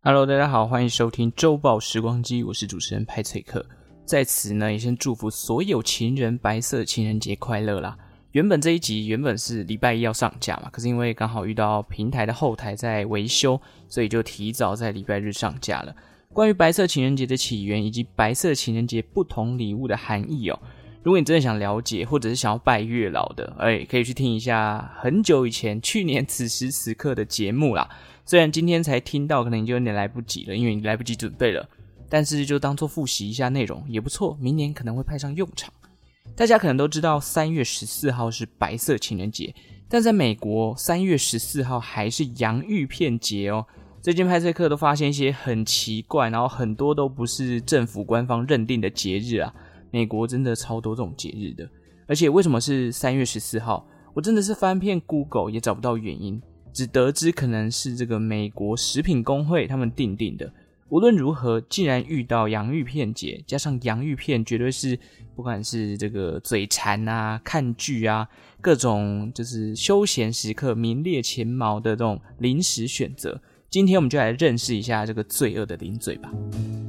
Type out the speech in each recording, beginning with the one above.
Hello， 大家好，欢迎收听周报时光机，我是主持人派翠克。在此呢，也先祝福所有情人白色情人节快乐啦。原本这一集是礼拜一要上架嘛，可是因为刚好遇到平台的后台在维修，所以就提早在礼拜日上架了。关于白色情人节的起源以及白色情人节不同礼物的含义哦，如果你真的想了解，或者是想要拜月老的，可以去听一下很久以前去年此时此刻的节目啦。虽然今天才听到，可能就有点来不及了，因为你来不及准备了，但是就当作复习一下内容也不错，明年可能会派上用场。大家可能都知道3月14号是白色情人节，但在美国3月14号还是洋芋片节哦。最近派翠克都发现一些很奇怪，然后很多都不是政府官方认定的节日啊。美国真的超多这种节日的，而且为什么是3月14号？我真的是翻遍 Google 也找不到原因，只得知可能是这个美国食品工会他们定的。无论如何，既然遇到洋芋片节，加上洋芋片绝对是不管是这个嘴馋啊、看剧啊，各种就是休闲时刻名列前茅的这种零食选择。今天我们就来认识一下这个罪恶的零嘴吧。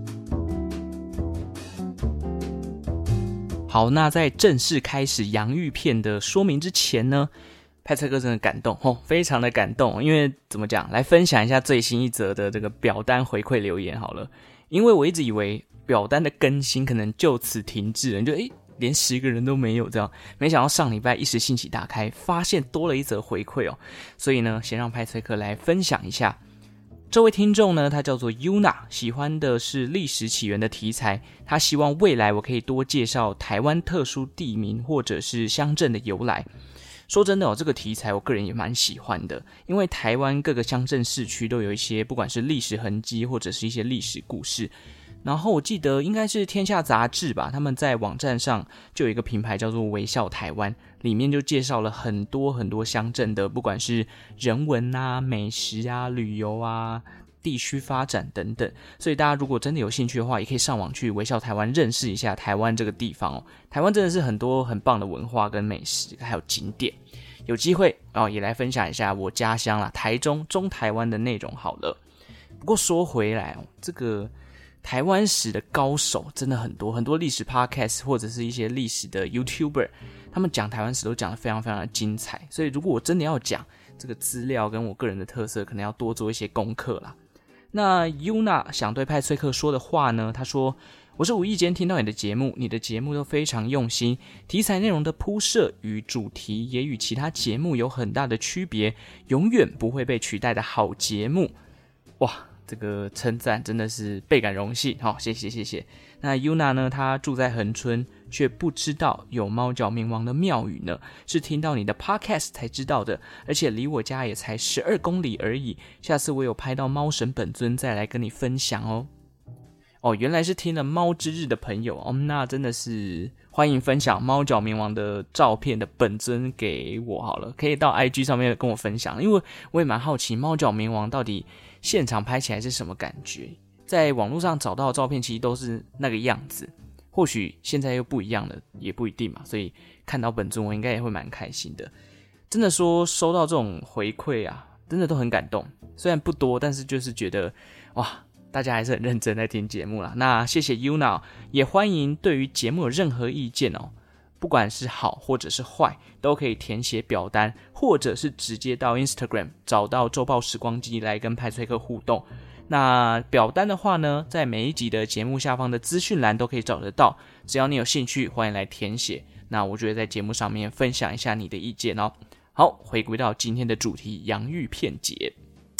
好，那在正式开始洋芋片的说明之前呢，派翠克真的感动非常的感动，因为怎么讲，来分享一下最新一则的这个表单回馈留言好了。因为我一直以为表单的更新可能就此停滞了，就连10个人都没有这样，没想到上礼拜一时兴起打开，发现多了一则回馈哦，所以呢，先让派翠克来分享一下。这位听众呢，他叫做 Yuna， 喜欢的是历史起源的题材，他希望未来我可以多介绍台湾特殊地名或者是乡镇的由来。说真的哦，这个题材我个人也蛮喜欢的，因为台湾各个乡镇市区都有一些不管是历史痕迹或者是一些历史故事。然后我记得应该是天下杂志吧，他们在网站上就有一个品牌叫做微笑台湾，里面就介绍了很多很多乡镇的不管是人文啊、美食啊、旅游啊、地区发展等等。所以大家如果真的有兴趣的话，也可以上网去微笑台湾认识一下台湾这个地方哦。台湾真的是很多很棒的文化跟美食还有景点，有机会也来分享一下我家乡啦，台中中台湾的内容好了。不过说回来这个台湾史的高手真的很多，很多历史 podcast 或者是一些历史的 YouTuber， 他们讲台湾史都讲得非常非常的精彩，所以如果我真的要讲这个资料跟我个人的特色，可能要多做一些功课啦。那 Yuna 想对派翠克说的话呢，他说，我是无意间听到你的节目，你的节目都非常用心，题材内容的铺设与主题也与其他节目有很大的区别，永远不会被取代的好节目。哇，这个称赞真的是倍感荣幸，谢谢。那 Yuna 呢，她住在恒春，却不知道有猫脚冥王的庙宇呢，是听到你的 podcast 才知道的，而且离我家也才12公里而已，下次我有拍到猫神本尊再来跟你分享哦。原来是听了猫之日的朋友那真的是欢迎分享猫脚冥王的照片的本尊给我好了，可以到 IG 上面跟我分享，因为我也蛮好奇猫脚冥王到底现场拍起来是什么感觉。在网络上找到的照片其实都是那个样子，或许现在又不一样了，也不一定嘛，所以看到本尊我应该也会蛮开心的。真的说收到这种回馈啊，真的都很感动，虽然不多，但是就是觉得哇，大家还是很认真在听节目啦。那谢谢 Yuna， 也欢迎对于节目有任何意见不管是好或者是坏，都可以填写表单，或者是直接到 Instagram 找到周报时光机来跟派翠克互动。那表单的话呢，在每一集的节目下方的资讯栏都可以找得到，只要你有兴趣，欢迎来填写。那我就会在节目上面分享一下你的意见哦。好，回归到今天的主题，洋芋片节。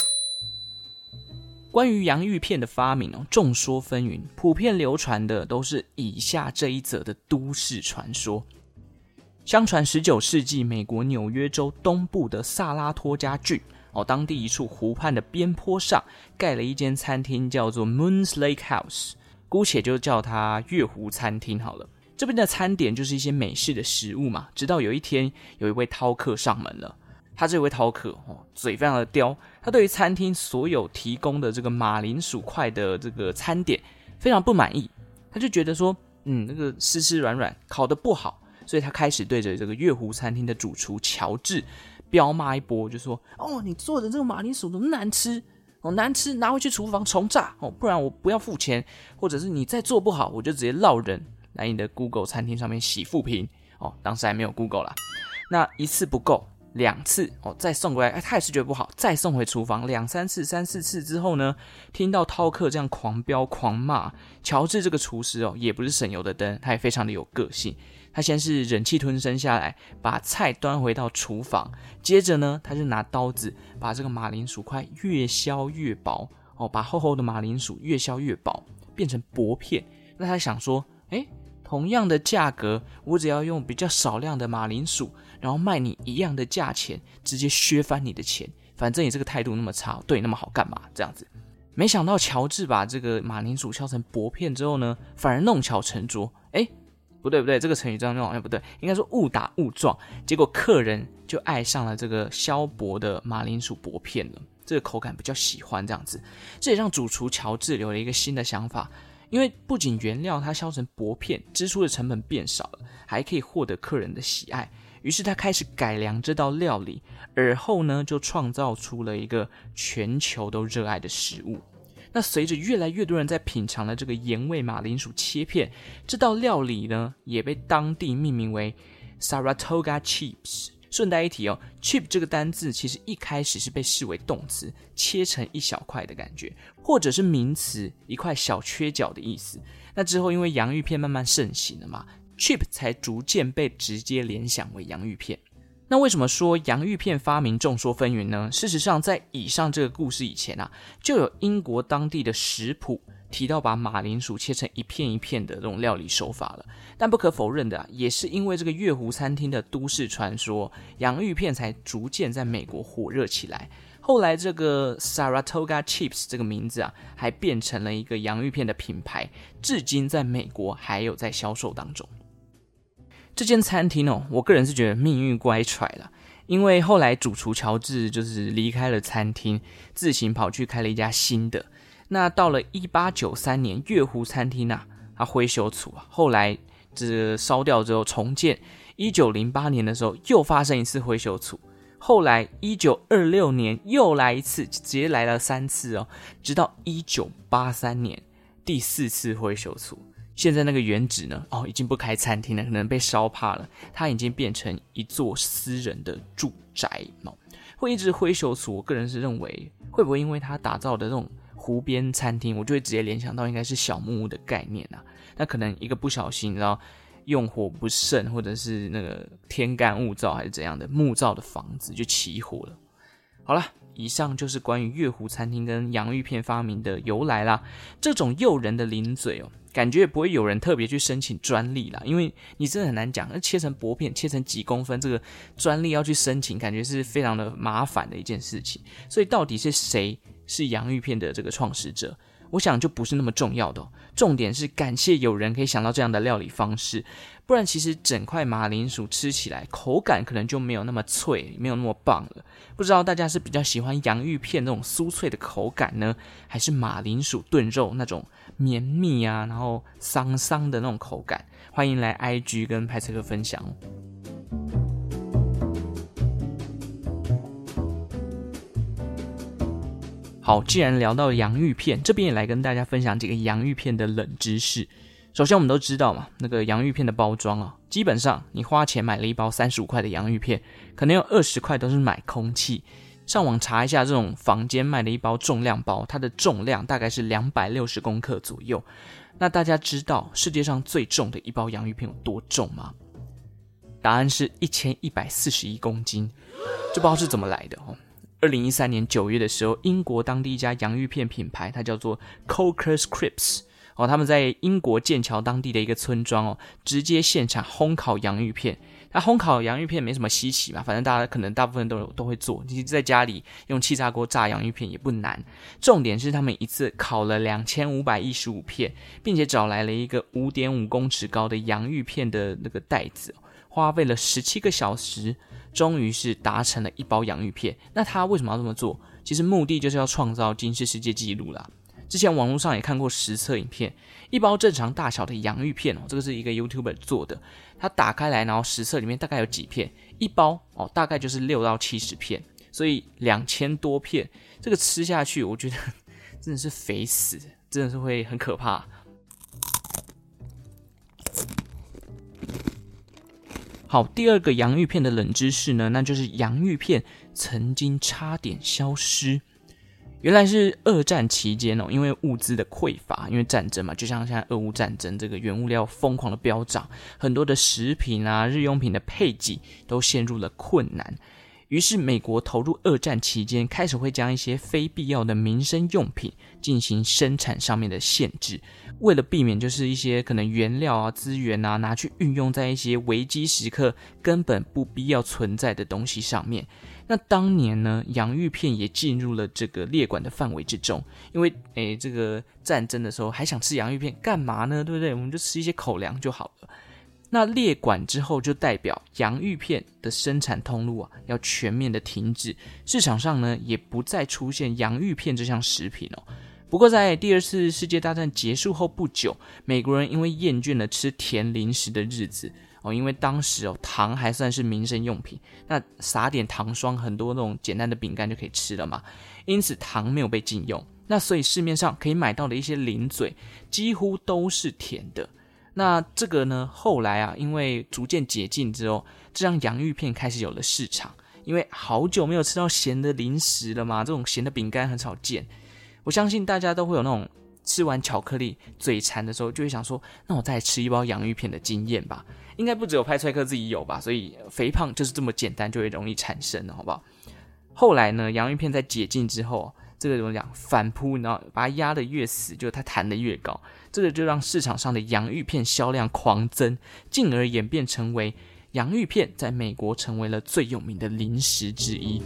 关于洋芋片的发明众说纷纭，普遍流传的都是以下这一则的都市传说。相传19世纪美国纽约州东部的萨拉托加郡当地一处湖畔的边坡上盖了一间餐厅，叫做 Moon's Lake House， 姑且就叫它月湖餐厅好了。这边的餐点就是一些美式的食物嘛，直到有一天有一位饕客上门了。他这位饕客嘴非常的刁，他对于餐厅所有提供的这个马铃薯块的这个餐点非常不满意，他就觉得说那个湿湿软软烤得不好，所以他开始对着这个月湖餐厅的主厨乔治彪骂一波，就说你做的这个马铃薯怎么难吃， 难吃拿回去厨房重炸不然我不要付钱，或者是你再做不好我就直接烙人来你的 Google 餐厅上面洗负评当时还没有 Google 啦。那一次不够2次再送回来他也是觉得不好，再送回厨房2、3次、3、4次之后呢，听到饕客这样狂飙狂骂，乔治这个厨师也不是省油的灯，他也非常的有个性。他先是忍气吞声下来，把菜端回到厨房，接着呢他就拿刀子把这个马铃薯块越削越薄把厚厚的马铃薯越削越薄，变成薄片。那他想说同样的价格，我只要用比较少量的马铃薯，然后卖你一样的价钱，直接削翻你的钱，反正你这个态度那么差，对你那么好干嘛这样子。没想到乔治把这个马铃薯削成薄片之后呢，反而弄巧成拙。不对，这个成语这样用不对，应该说误打误撞，结果客人就爱上了这个削薄的马铃薯薄片了，这个口感比较喜欢这样子。这也让主厨乔治有了一个新的想法，因为不仅原料它削成薄片，支出的成本变少了，还可以获得客人的喜爱，于是他开始改良这道料理，而后呢就创造出了一个全球都热爱的食物。那随着越来越多人在品尝了这个盐味马铃薯切片，这道料理呢也被当地命名为 Saratoga Chips。 顺带一提chip 这个单字其实一开始是被视为动词，切成一小块的感觉，或者是名词，一块小缺角的意思。那之后因为洋芋片慢慢盛行了嘛， chip 才逐渐被直接联想为洋芋片。那为什么说洋芋片发明众说纷纭呢？事实上在以上这个故事以前就有英国当地的食谱提到把马铃薯切成一片一片的这种料理手法了。但不可否认的也是因为这个月湖餐厅的都市传说，洋芋片才逐渐在美国火热起来。后来这个 Saratoga Chips 这个名字还变成了一个洋芋片的品牌，至今在美国还有在销售当中。这间餐厅我个人是觉得命运乖舛啦，因为后来主厨乔治就是离开了餐厅，自行跑去开了一家新的。那到了1893年，月湖餐厅它灰修处后来这烧掉之后重建。1908年的时候又发生一次灰修处，后来1926年又来一次，直接来了3次直到1983年第4次灰修处。现在那个原址呢已经不开餐厅了，可能被烧怕了，它已经变成一座私人的住宅会一直灰修处，我个人是认为会不会因为它打造的这种湖边餐厅，我就会直接联想到应该是小木屋的概念那可能一个不小心然后用火不慎，或者是那个天干物燥还是怎样的木造的房子就起火了。好了，以上就是关于月湖餐厅跟洋芋片发明的由来啦。这种诱人的零嘴感觉也不会有人特别去申请专利啦，因为你真的很难讲，切成薄片切成几公分，这个专利要去申请，感觉是非常的麻烦的一件事情。所以到底是谁是洋芋片的这个创始者，我想就不是那么重要的重点是感谢有人可以想到这样的料理方式，不然其实整块马铃薯吃起来口感可能就没有那么脆，没有那么棒了。不知道大家是比较喜欢洋芋片那种酥脆的口感呢，还是马铃薯炖肉那种绵密然后桑桑的那种口感？欢迎来 IG 跟派翠克分享好，既然聊到洋芋片，这边也来跟大家分享几个洋芋片的冷知识。首先我们都知道嘛，那个洋芋片的包装基本上你花钱买了一包35块的洋芋片，可能有20块都是买空气。上网查一下这种坊间卖的一包重量包，它的重量大概是260公克左右。那大家知道世界上最重的一包洋芋片有多重吗？答案是1141公斤。这包是怎么来的2013年9月的时候，英国当地一家洋芋片品牌，它叫做 Coker's Crisps他们在英国剑桥当地的一个村庄直接现场烘烤洋芋片。那烘烤洋芋片没什么稀奇嘛，反正大部分都会做，其实在家里用气炸锅炸洋芋片也不难。重点是他们一次烤了2515片，并且找来了一个5.5公尺高的洋芋片的那个袋子，花费了17个小时，终于是达成了一包洋芋片。那他为什么要这么做？其实目的就是要创造吉尼斯世界纪录啦。之前网络上也看过实测影片，一包正常大小的洋芋片这个是一个 YouTuber 做的，他打开来然后实测里面大概有几片，一包大概就是6到70片， 所以2000多片，这个吃下去，我觉得真的是肥死，真的是会很可怕。好，第二个洋芋片的冷知识呢，那就是洋芋片曾经差点消失。原来是二战期间因为物资的匮乏，因为战争嘛，就像现在俄乌战争，这个原物料疯狂的飙涨，很多的食品啊、日用品的配给都陷入了困难。于是美国投入二战期间，开始会将一些非必要的民生用品进行生产上面的限制，为了避免就是一些可能原料啊、资源啊拿去运用在一些危机时刻根本不必要存在的东西上面。那当年呢，洋芋片也进入了这个列管的范围之中，因为这个战争的时候还想吃洋芋片干嘛呢？对不对？我们就吃一些口粮就好了。那列管之后，就代表洋芋片的生产通路要全面的停止，市场上呢也不再出现洋芋片这项食品不过在第二次世界大战结束后不久，美国人因为厌倦了吃甜零食的日子因为当时糖还算是民生用品，那撒点糖霜，很多那种简单的饼干就可以吃了嘛，因此糖没有被禁用。那所以市面上可以买到的一些零嘴几乎都是甜的。那这个呢，后来因为逐渐解禁之后，这让洋芋片开始有了市场，因为好久没有吃到咸的零食了嘛，这种咸的饼干很少见。我相信大家都会有那种吃完巧克力嘴馋的时候，就会想说，那我再来吃一包洋芋片的经验吧。应该不只有派翠克自己有吧，所以肥胖就是这么简单就会容易产生了，好不好？后来呢，洋芋片在解禁之后，这个怎么讲，反扑，然后把它压得越死，就它弹得越高，这个就让市场上的洋芋片销量狂增，进而演变成为洋芋片在美国成为了最有名的零食之一。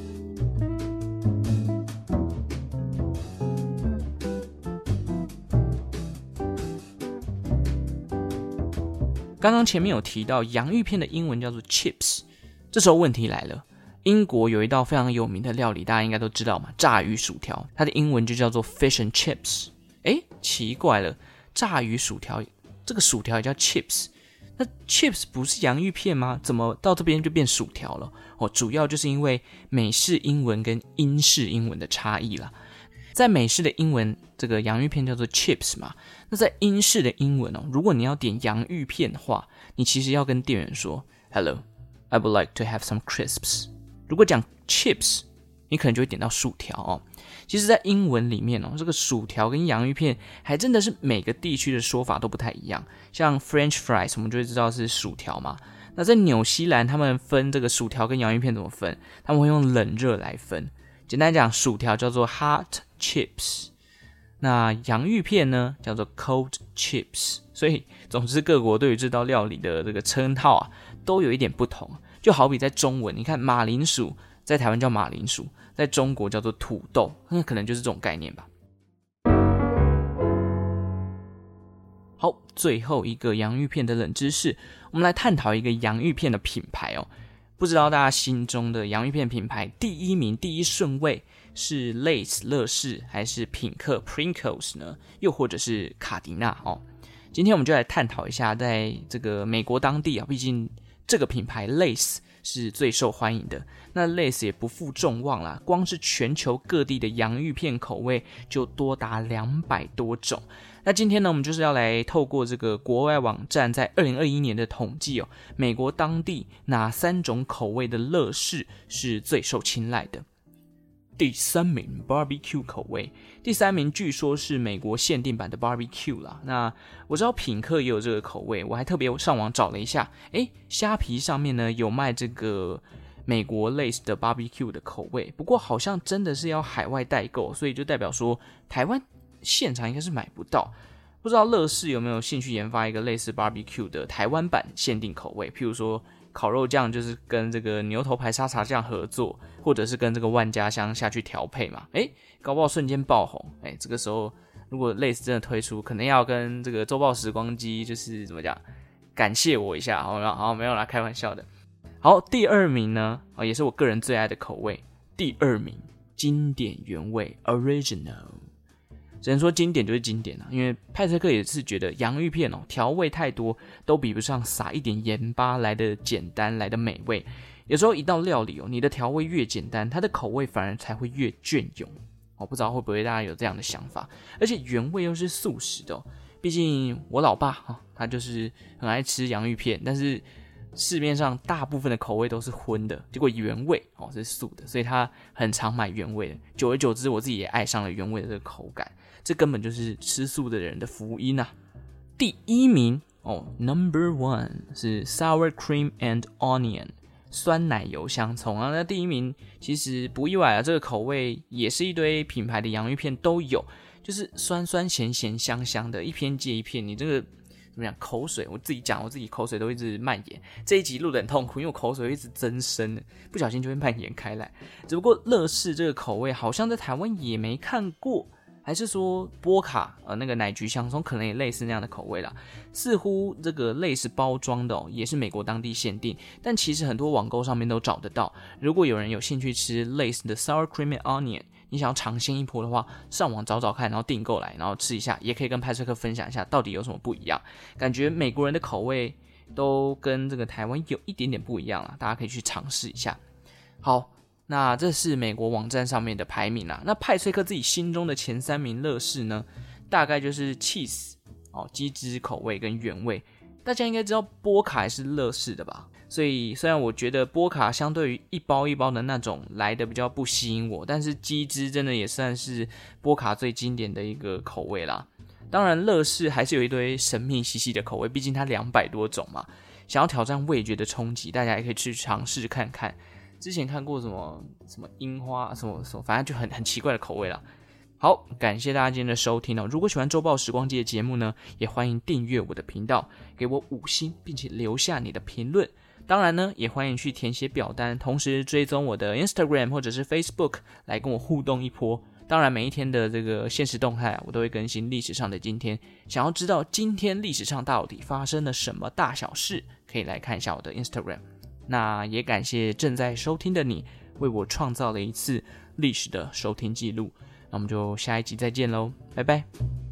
刚刚前面有提到洋芋片的英文叫做 chips， 这时候问题来了，英国有一道非常有名的料理，大家应该都知道嘛，炸鱼薯条，它的英文就叫做 fish and chips。奇怪了，炸鱼薯条，这个薯条也叫 chips， 那 chips 不是洋芋片吗？怎么到这边就变薯条了？主要就是因为美式英文跟英式英文的差异啦。在美式的英文，这个洋芋片叫做 chips 嘛，那在英式的英文如果你要点洋芋片的话，你其实要跟店员说 Hello, I would like to have some crisps。 如果讲 chips， 你可能就会点到薯条其实在英文里面这个薯条跟洋芋片还真的是每个地区的说法都不太一样。像 French fries 我们就会知道是薯条嘛，那在纽西兰他们分这个薯条跟洋芋片怎么分？他们会用冷热来分。简单讲，薯条叫做 hot chips， 那洋芋片呢叫做 cold chips。 所以总之各国对于这道料理的这个称号都有一点不同。就好比在中文，你看马铃薯在台湾叫马铃薯，在中国叫做土豆，那可能就是这种概念吧。好，最后一个洋芋片的冷知识，我们来探讨一个洋芋片的品牌不知道大家心中的洋芋片品牌第一名、第一顺位是 Lay's 乐事还是品客 Pringles 呢？又或者是卡迪娜今天我们就来探讨一下，在这个美国当地毕竟这个品牌 Lay's 是最受欢迎的。那 Lay's 也不负众望啦，光是全球各地的洋芋片口味就多达200多种。那今天呢，我们就是要来透过这个国外网站在2021年的统计美国当地哪3种口味的乐事是最受青睐的。第3名 Barbecue 口味，第3名据说是美国限定版的 Barbecue 啦。那我知道品客也有这个口味，我还特别上网找了一下，虾皮上面呢有卖这个美国类似的 Barbecue 的口味，不过好像真的是要海外代购，所以就代表说台湾现场应该是买不到。不知道乐事有没有兴趣研发一个类似 Barbecue 的台湾版限定口味，譬如说烤肉酱就是跟这个牛头牌沙茶酱合作，或者是跟这个万家香下去调配嘛，搞不好瞬间爆红。这个时候如果类似真的推出，可能要跟这个周报时光机就是怎么讲，感谢我一下。好，没有啦，开玩笑的。好，第2名呢也是我个人最爱的口味，第2名经典原味 Original。只能说经典就是经典因为派特克也是觉得洋芋片调味太多都比不上撒一点盐巴来的简单来的美味。 有时候一道料理你的调味越简单，它的口味反而才会越隽永。不知道会不会大家有这样的想法？而且原味又是素食的毕竟我老爸他就是很爱吃洋芋片，但是市面上大部分的口味都是荤的，结果原味是素的，所以他很常买原味的。久而久之，我自己也爱上了原味的这个口感，这根本就是吃素的人的福音啊！第1名Number 1是 Sour Cream and Onion。酸奶油香葱那第1名其实不意外这个口味也是一堆品牌的洋芋片都有，就是酸酸咸咸香香的，一片接一片，你这个怎么讲？口水，我自己口水都一直蔓延。这一集录得很痛苦，因为我口水一直增生，不小心就会蔓延开来。只不过乐事这个口味好像在台湾也没看过。还是说波卡那个奶菊香葱可能也类似那样的口味啦，似乎这个类似包装的也是美国当地限定，但其实很多网购上面都找得到。如果有人有兴趣吃类似的 Sour Cream and Onion， 你想要尝鲜一波的话，上网找找看，然后订购来，然后吃一下，也可以跟派翠克分享一下到底有什么不一样。感觉美国人的口味都跟这个台湾有一点点不一样啦，大家可以去尝试一下。好，那这是美国网站上面的排名那派翠克自己心中的前3名乐事呢，大概就是 cheese 鸡汁口味跟原味。大家应该知道波卡也是乐事的吧？所以虽然我觉得波卡相对于一包一包的那种来的比较不吸引我，但是鸡汁真的也算是波卡最经典的一个口味啦。当然乐事还是有一堆神秘兮兮的口味，毕竟它200多种嘛。想要挑战味觉的冲击，大家也可以去尝试看看。之前看过什么樱花什么，反正就很奇怪的口味啦。好，感谢大家今天的收听如果喜欢周报时光机的节目呢，也欢迎订阅我的频道，给我5星，并且留下你的评论。当然呢，也欢迎去填写表单，同时追踪我的 Instagram 或者是 Facebook 来跟我互动一波。当然每一天的这个现实动态我都会更新历史上的今天。想要知道今天历史上到底发生了什么大小事，可以来看一下我的 Instagram。那也感谢正在收听的你，为我创造了一次历史的收听记录。那我们就下一集再见咯，拜拜。